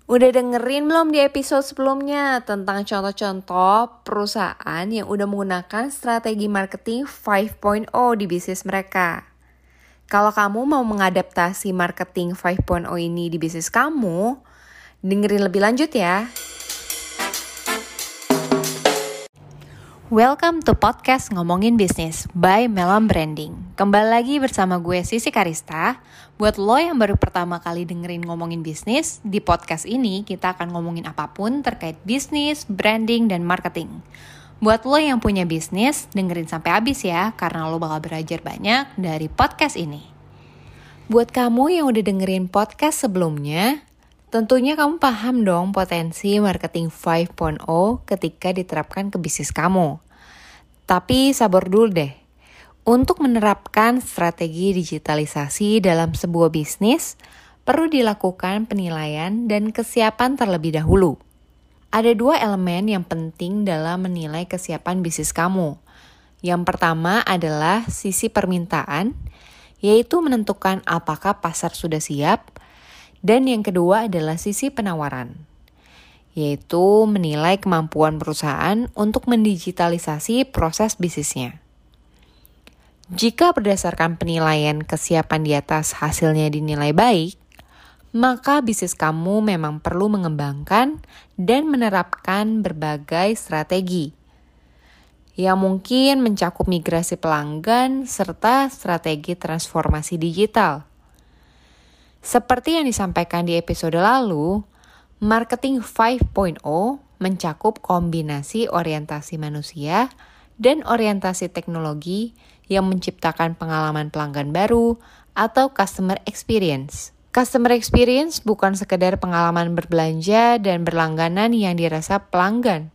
Udah dengerin belum di episode sebelumnya tentang contoh-contoh perusahaan yang udah menggunakan strategi marketing 5.0 di bisnis mereka? Kalau kamu mau mengadaptasi marketing 5.0 ini di bisnis kamu, dengerin lebih lanjut ya. Welcome to podcast Ngomongin Bisnis by Melam Branding. Kembali lagi bersama gue Sisi Karista. Buat lo yang baru pertama kali dengerin Ngomongin Bisnis, di podcast ini kita akan ngomongin apapun terkait bisnis, branding, dan marketing. Buat lo yang punya bisnis, dengerin sampai habis ya, karena lo bakal belajar banyak dari podcast ini. Buat kamu yang udah dengerin podcast sebelumnya, tentunya kamu paham dong potensi marketing 5.0 ketika diterapkan ke bisnis kamu. Tapi sabar dulu deh. Untuk menerapkan strategi digitalisasi dalam sebuah bisnis, perlu dilakukan penilaian dan kesiapan terlebih dahulu. Ada dua elemen yang penting dalam menilai kesiapan bisnis kamu. Yang pertama adalah sisi permintaan, yaitu menentukan apakah pasar sudah siap. Dan yang kedua adalah sisi penawaran, yaitu menilai kemampuan perusahaan untuk mendigitalisasi proses bisnisnya. Jika berdasarkan penilaian kesiapan di atas hasilnya dinilai baik, maka bisnis kamu memang perlu mengembangkan dan menerapkan berbagai strategi yang mungkin mencakup migrasi pelanggan serta strategi transformasi digital. Seperti yang disampaikan di episode lalu, marketing 5.0 mencakup kombinasi orientasi manusia dan orientasi teknologi yang menciptakan pengalaman pelanggan baru atau customer experience. Customer experience bukan sekedar pengalaman berbelanja dan berlangganan yang dirasa pelanggan,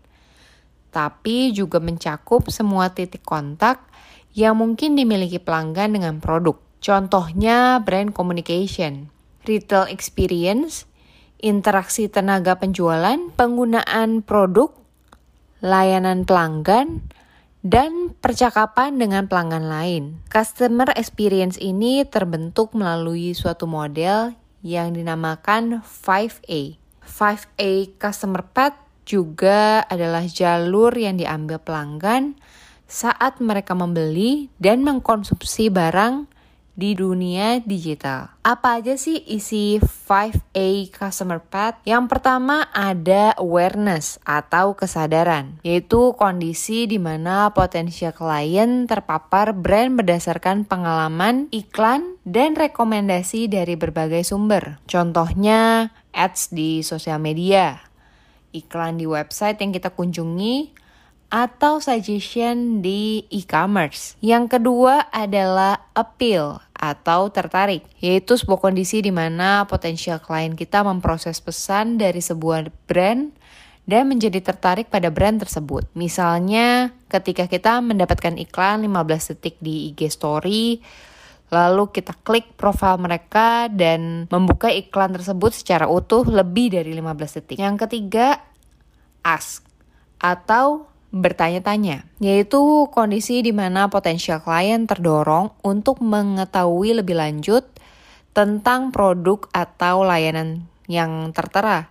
tapi juga mencakup semua titik kontak yang mungkin dimiliki pelanggan dengan produk. Contohnya brand communication, retail experience, interaksi tenaga penjualan, penggunaan produk, layanan pelanggan, dan percakapan dengan pelanggan lain. Customer experience ini terbentuk melalui suatu model yang dinamakan 5A. 5A Customer Path juga adalah jalur yang diambil pelanggan saat mereka membeli dan mengkonsumsi barang di dunia digital. Apa aja sih isi 5A Customer Path? Yang pertama ada awareness atau kesadaran, yaitu kondisi di mana potensial klien terpapar brand berdasarkan pengalaman iklan dan rekomendasi dari berbagai sumber. Contohnya ads di sosial media, iklan di website yang kita kunjungi, atau suggestion di e-commerce. Yang kedua adalah appeal atau tertarik, yaitu sebuah kondisi di mana potensial klien kita memproses pesan dari sebuah brand dan menjadi tertarik pada brand tersebut. Misalnya ketika kita mendapatkan iklan 15 detik di IG story, lalu kita klik profil mereka dan membuka iklan tersebut secara utuh lebih dari 15 detik. Yang ketiga, ask atau bertanya-tanya, yaitu kondisi di mana potensial klien terdorong untuk mengetahui lebih lanjut tentang produk atau layanan yang tertera.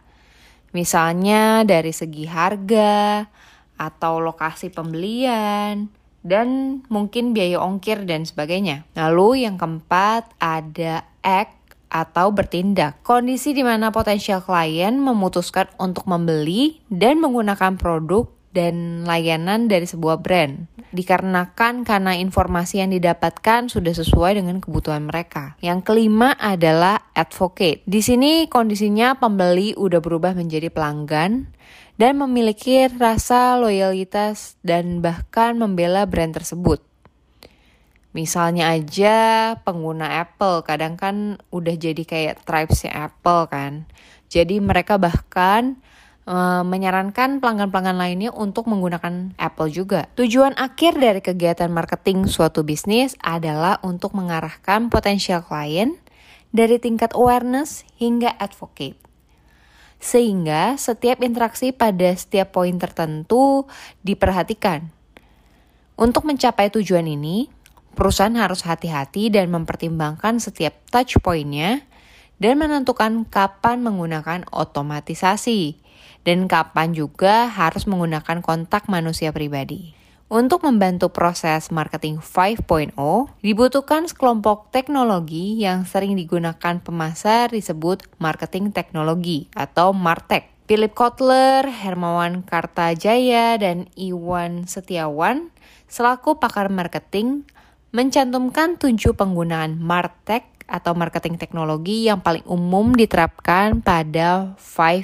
Misalnya dari segi harga atau lokasi pembelian dan mungkin biaya ongkir dan sebagainya. Lalu yang keempat ada act atau bertindak. Kondisi di mana potensial klien memutuskan untuk membeli dan menggunakan produk dan layanan dari sebuah brand, dikarenakan karena informasi yang didapatkan sudah sesuai dengan kebutuhan mereka. Yang kelima adalah advocate. Di sini kondisinya pembeli udah berubah menjadi pelanggan dan memiliki rasa loyalitas dan bahkan membela brand tersebut. Misalnya aja pengguna Apple, kadang kan udah jadi kayak tribes-nya Apple kan. Jadi mereka bahkan menyarankan pelanggan-pelanggan lainnya untuk menggunakan Apple juga. Tujuan akhir dari kegiatan marketing suatu bisnis adalah untuk mengarahkan potensial klien dari tingkat awareness hingga advocate. Sehingga setiap interaksi pada setiap poin tertentu diperhatikan. Untuk mencapai tujuan ini, perusahaan harus hati-hati dan mempertimbangkan setiap touch point-nya dan menentukan kapan menggunakan otomatisasi dan kapan juga harus menggunakan kontak manusia pribadi. Untuk membantu proses marketing 5.0, dibutuhkan sekelompok teknologi yang sering digunakan pemasar disebut marketing teknologi atau MarTech. Philip Kotler, Hermawan Kartajaya, dan Iwan Setiawan selaku pakar marketing mencantumkan 7 penggunaan MarTech atau marketing teknologi yang paling umum diterapkan pada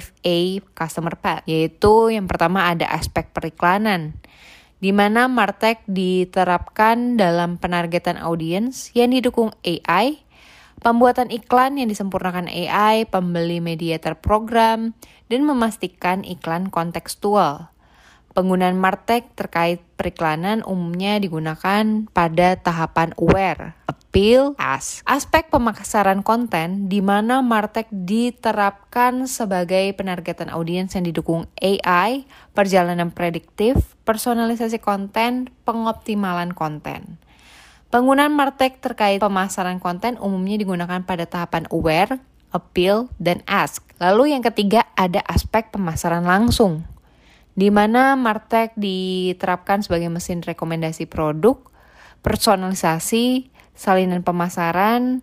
5A Customer Path, yaitu yang pertama ada aspek periklanan, di mana MarTech diterapkan dalam penargetan audiens yang didukung AI, pembuatan iklan yang disempurnakan AI, pembeli media terprogram, dan memastikan iklan kontekstual. Penggunaan MarTech terkait periklanan umumnya digunakan pada tahapan aware, appeal, ask. Aspek pemasaran konten di mana MarTech diterapkan sebagai penargetan audiens yang didukung AI, perjalanan prediktif, personalisasi konten, pengoptimalan konten. Penggunaan MarTech terkait pemasaran konten umumnya digunakan pada tahapan aware, appeal, dan ask. Lalu yang ketiga ada aspek pemasaran langsung, di mana MarTech diterapkan sebagai mesin rekomendasi produk, personalisasi, salinan pemasaran,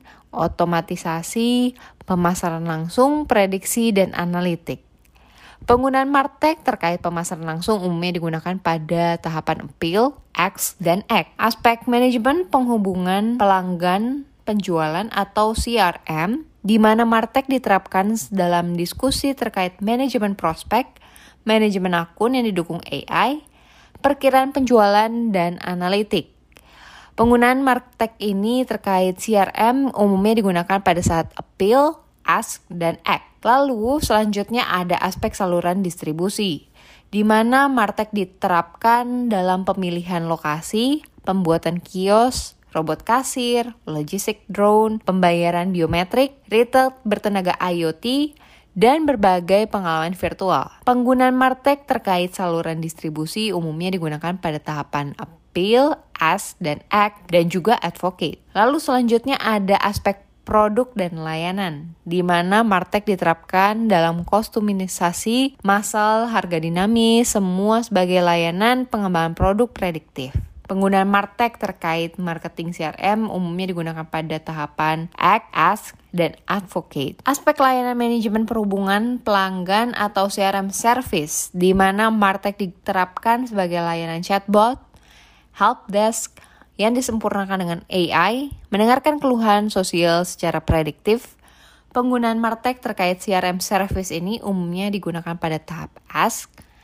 otomatisasi, pemasaran langsung, prediksi, dan analitik. Penggunaan MarTech terkait pemasaran langsung umumnya digunakan pada tahapan appeal, ask, dan act. Aspek manajemen penghubungan pelanggan penjualan atau CRM, di mana MarTech diterapkan dalam diskusi terkait manajemen prospek, manajemen akun yang didukung AI, perkiraan penjualan, dan analitik. Penggunaan MarTech ini terkait CRM umumnya digunakan pada saat appeal, ask, dan act. Lalu selanjutnya ada aspek saluran distribusi, di mana MarTech diterapkan dalam pemilihan lokasi, pembuatan kios, robot kasir, logistik drone, pembayaran biometrik, retail bertenaga IoT, dan berbagai pengalaman virtual. Penggunaan MarTech terkait saluran distribusi umumnya digunakan pada tahapan appeal, ask, dan act, dan juga advocate. Lalu selanjutnya ada aspek produk dan layanan, di mana MarTech diterapkan dalam kostumisasi, massal, harga dinamis, semua sebagai layanan pengembangan produk prediktif. Penggunaan MarTech terkait marketing CRM umumnya digunakan pada tahapan act, ask, dan advocate. Aspek layanan manajemen perhubungan pelanggan atau CRM service, di mana MarTech diterapkan sebagai layanan chatbot, help desk, yang disempurnakan dengan AI, mendengarkan keluhan sosial secara prediktif. Penggunaan MarTech terkait CRM service ini umumnya digunakan pada tahap ask,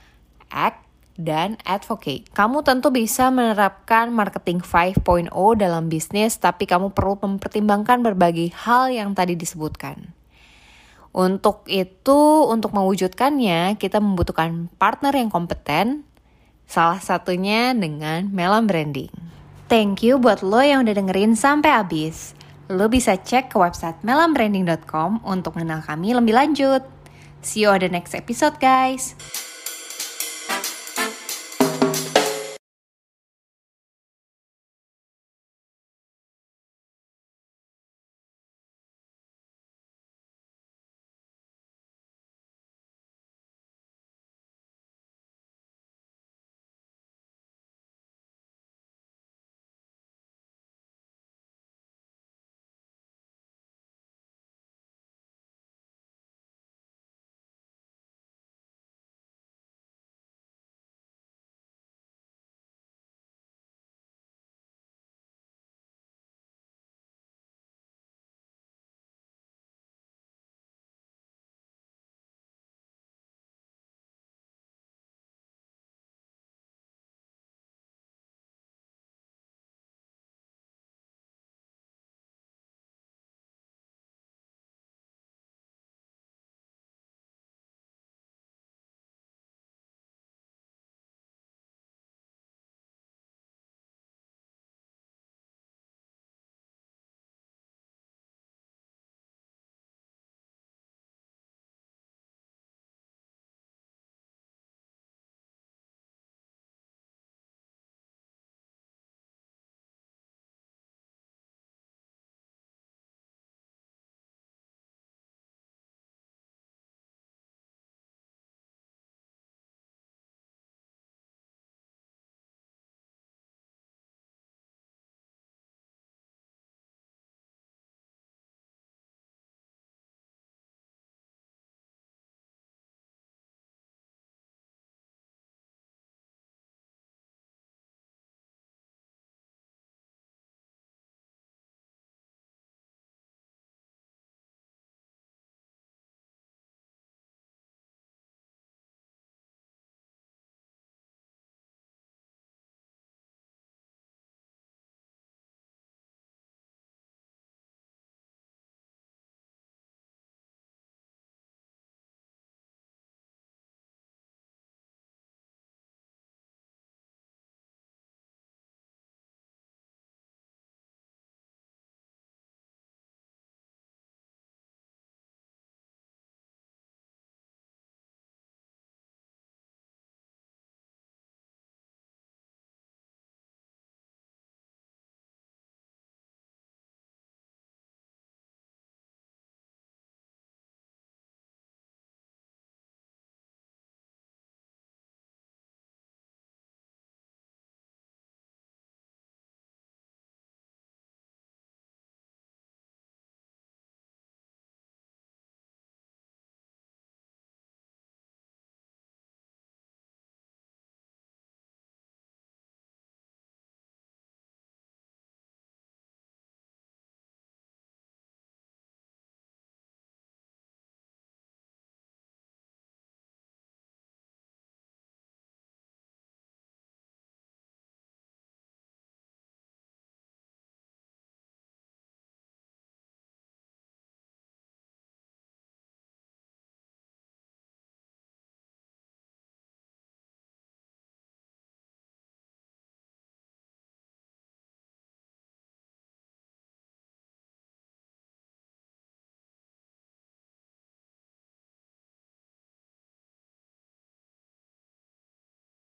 act, dan advocate. Kamu tentu bisa menerapkan marketing 5.0 dalam bisnis, tapi kamu perlu mempertimbangkan berbagai hal yang tadi disebutkan. Untuk itu, untuk mewujudkannya, kita membutuhkan partner yang kompeten, salah satunya dengan Melam Branding. Thank you buat lo yang udah dengerin sampai habis. Lo bisa cek ke website melambranding.com untuk mengenal kami lebih lanjut. See you on the next episode, guys.